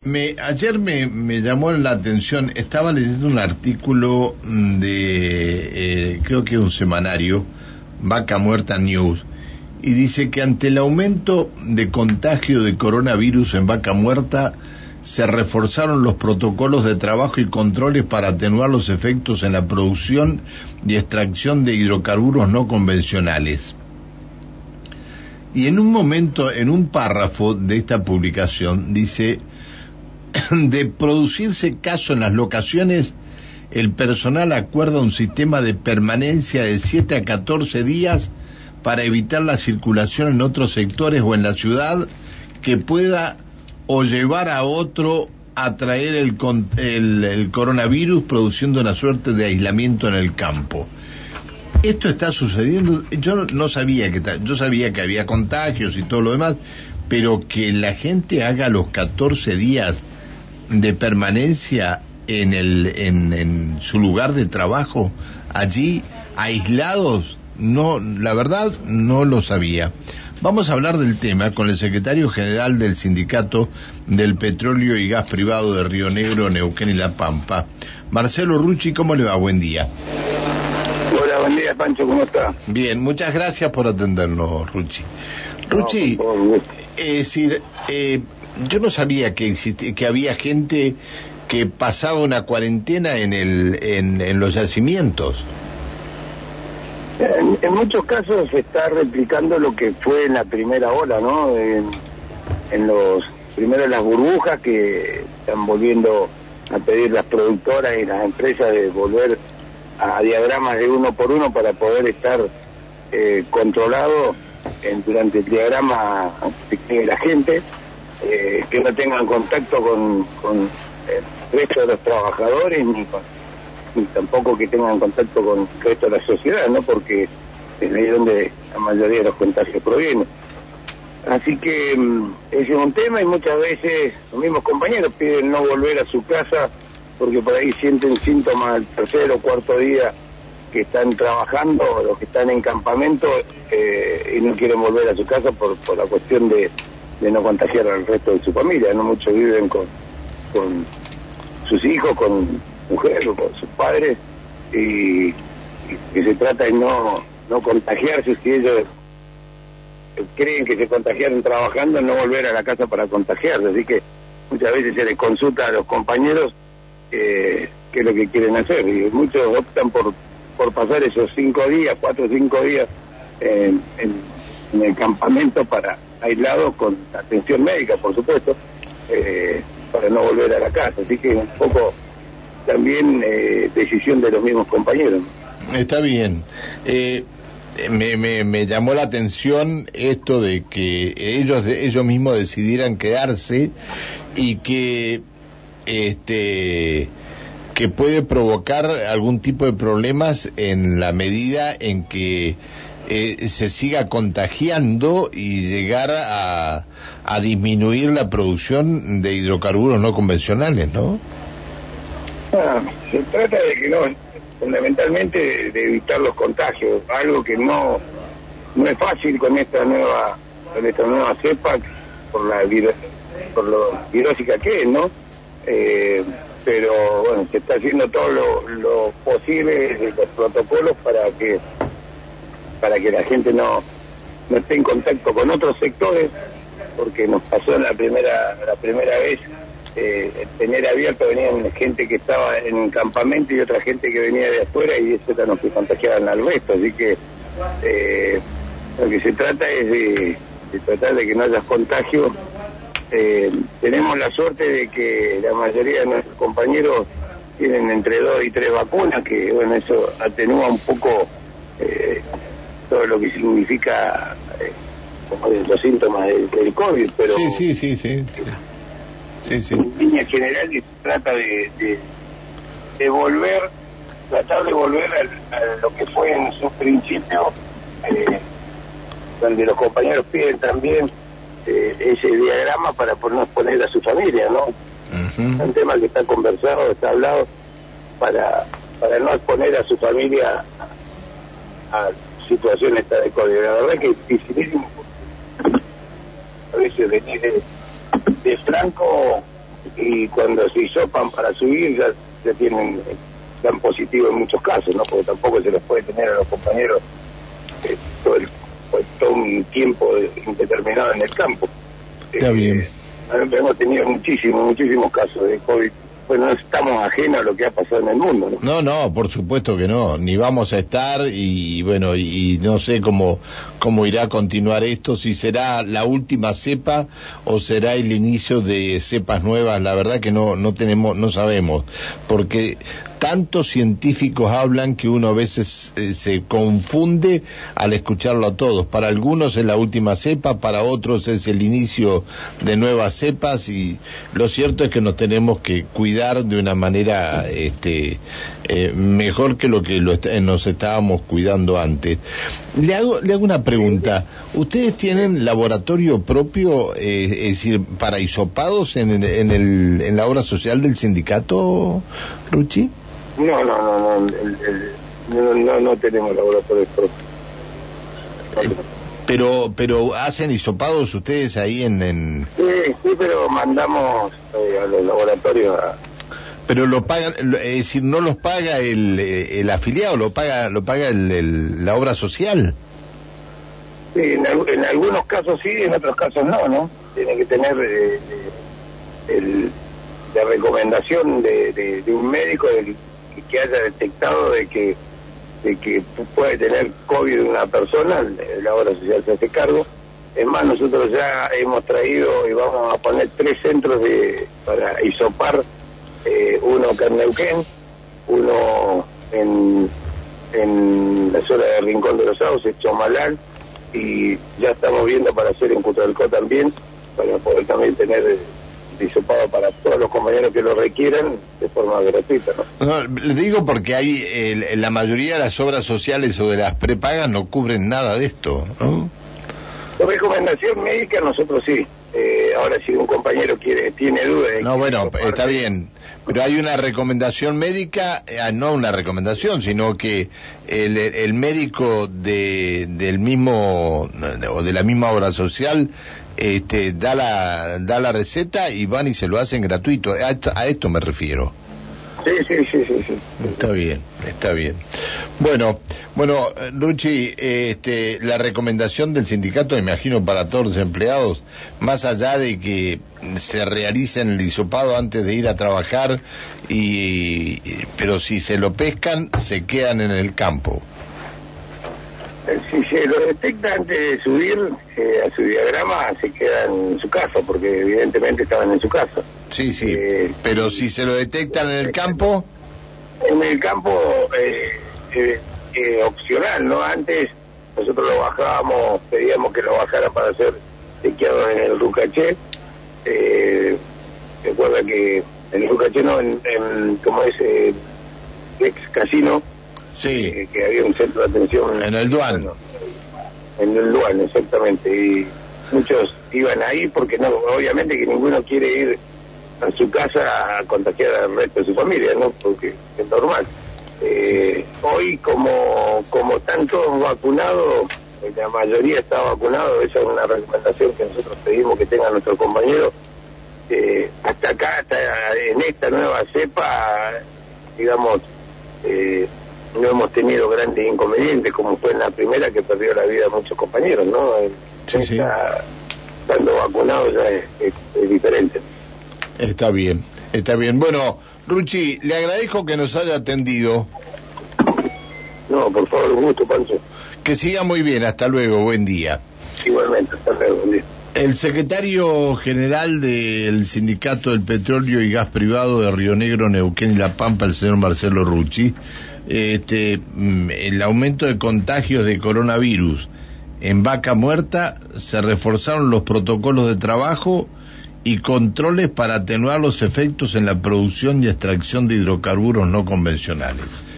Ayer me llamó la atención, estaba leyendo un artículo de, creo que un semanario, Vaca Muerta News, y dice que ante el aumento de contagio de coronavirus en Vaca Muerta, se reforzaron los protocolos de trabajo y controles para atenuar los efectos en la producción y extracción de hidrocarburos no convencionales. Y en un momento, en un párrafo de esta publicación, dice: de producirse caso en las locaciones, el personal acuerda un sistema de permanencia de 7 a 14 días para evitar la circulación en otros sectores o en la ciudad que pueda o llevar a otro a traer el coronavirus, produciendo una suerte de aislamiento en el campo. Esto está sucediendo. Yo no sabía yo sabía que había contagios y todo lo demás, pero que la gente haga los 14 días de permanencia en su lugar de trabajo, allí aislados, no, la verdad no lo sabía. Vamos a hablar del tema con el secretario general del Sindicato del Petróleo y Gas Privado de Río Negro, Neuquén y La Pampa, Marcelo Rucci. ¿Cómo le va? Buen día. Hola, buen día, Pancho, ¿cómo está? Bien, muchas gracias por atendernos, Rucci. Rucci, yo no sabía que había gente que pasaba una cuarentena en los yacimientos. En muchos casos se está replicando lo que fue en la primera ola, ¿no? Primero las burbujas que están volviendo a pedir las productoras y las empresas de volver a diagramas de uno por uno para poder estar controlado durante el diagrama de la gente, que no tengan contacto con el resto de los trabajadores ni tampoco que tengan contacto con el resto de la sociedad, ¿no? Porque es ahí donde la mayoría de los contagios provienen. Así que ese es un tema, y muchas veces los mismos compañeros piden no volver a su casa porque por ahí sienten síntomas al tercer o cuarto día que están trabajando, o los que están en campamento, y no quieren volver a su casa por la cuestión de no contagiar al resto de su familia, ¿no? Muchos viven con sus hijos, con mujeres o con sus padres, y que se trata de no contagiarse. Si ellos creen que se contagiaron trabajando, no volver a la casa para contagiarse. Así que muchas veces se les consulta a los compañeros qué es lo que quieren hacer, y muchos optan por pasar esos 4 o 5 días en el campamento aislados con atención médica, por supuesto, para no volver a la casa. Así que un poco también decisión de los mismos compañeros. Está bien. Me llamó la atención esto de que ellos mismos decidieran quedarse, y que puede provocar algún tipo de problemas en la medida en que se siga contagiando y llegar a disminuir la producción de hidrocarburos no convencionales, ¿no? Se trata de que fundamentalmente de evitar los contagios, algo que no es fácil con esta nueva cepa, por lo virósica que es, ¿no? Pero bueno, se está haciendo todo lo posible de los protocolos para que la gente no esté en contacto con otros sectores, porque nos pasó la primera vez, tener abierto, venían gente que estaba en el campamento y otra gente que venía de afuera, y eso era los que contagiaban al resto. Así que lo que se trata es de tratar de que no haya contagio. Tenemos la suerte de que la mayoría de nuestros compañeros tienen entre 2 y 3 vacunas, que bueno, eso atenúa un poco todo lo que significa los síntomas del COVID, pero sí. En línea general se trata de tratar de volver a lo que fue en su principio, donde los compañeros piden también ese diagrama para no exponer a su familia, ¿no? Uh-huh. Un tema que está conversado, está hablado, para no exponer a su familia a situaciones de COVID. La verdad que es dificilísimo a veces venir de Franco y cuando se hisopan para subir ya dan positivo en muchos casos, ¿no? Porque tampoco se los puede tener a los compañeros todo un tiempo indeterminado en el campo. Está bien. Hemos tenido muchísimos casos de COVID. Pues no estamos ajenos a lo que ha pasado en el mundo, ¿no? No, por supuesto que no, ni vamos a estar y bueno, y no sé cómo irá a continuar esto, si será la última cepa o será el inicio de cepas nuevas, la verdad que no sabemos, porque tantos científicos hablan que uno a veces se confunde al escucharlo a todos. Para algunos es la última cepa, para otros es el inicio de nuevas cepas, y lo cierto es que nos tenemos que cuidar de una manera mejor que lo que nos estábamos cuidando antes. Le hago una pregunta. ¿Ustedes tienen laboratorio propio, es decir, para hisopados en la obra social del sindicato, Rucci? No tenemos laboratorio propio. Pero hacen hisopados ustedes ahí en... Sí, pero mandamos a los laboratorios a... Pero lo pagan, es decir, no los paga el afiliado, lo paga la obra social. Sí, en algunos casos sí, en otros casos no. Tiene que tener la recomendación de un médico que haya detectado de que puede tener COVID una persona, la obra social se hace cargo. Es más, nosotros ya hemos traído y vamos a poner 3 centros para hisopar, uno acá en Neuquén, uno en la zona de Rincón de los Sauces, Chomalal, y ya estamos viendo para hacer en Cutralcó también, para poder también tener hisopado para todos los compañeros que lo requieran de forma gratuita, ¿no? No, le digo porque hay la mayoría de las obras sociales o de las prepagas no cubren nada de esto, ¿no? La recomendación médica nosotros sí. Ahora si un compañero tiene dudas... No, bueno, está bien, pero hay una recomendación médica, no una recomendación, sino que el médico del mismo o de la misma obra social da la receta y van y se lo hacen gratuito. A esto me refiero. Sí. Está bien. Bueno, Rucci, la recomendación del sindicato, me imagino, para todos los empleados, más allá de que se realicen el hisopado antes de ir a trabajar, pero si se lo pescan, se quedan en el campo. Si se lo detecta antes de subir a su diagrama, se quedan en su casa, porque evidentemente estaban en su casa. Sí, pero si se lo detectan en el campo... En el campo opcional, ¿no? Antes nosotros lo bajábamos, pedíamos que lo bajaran para ser chequeados en el Rucaché. Recuerda que en el Rucaché no, como es ex casino, sí, que había un centro de atención en el Duan. En el Duan, exactamente, y muchos iban ahí porque no, obviamente que ninguno quiere ir a su casa a contagiar al resto de su familia, ¿no? Porque es normal. Hoy como están todos vacunados, la mayoría está vacunado, esa es una recomendación que nosotros pedimos que tengan nuestros compañeros. Hasta acá, en esta nueva cepa, digamos, no hemos tenido grandes inconvenientes como fue en la primera, que perdió la vida muchos compañeros, ¿no? Sí. Estando vacunados ya es diferente. Está bien. Bueno, Rucci, le agradezco que nos haya atendido. No, por favor, un gusto, Pancho. Que siga muy bien, hasta luego, buen día. Igualmente, hasta luego, buen día. El secretario general del Sindicato del Petróleo y Gas Privado de Río Negro, Neuquén y La Pampa, el señor Marcelo Rucci, el aumento de contagios de coronavirus en Vaca Muerta, se reforzaron los protocolos de trabajo y controles para atenuar los efectos en la producción y extracción de hidrocarburos no convencionales.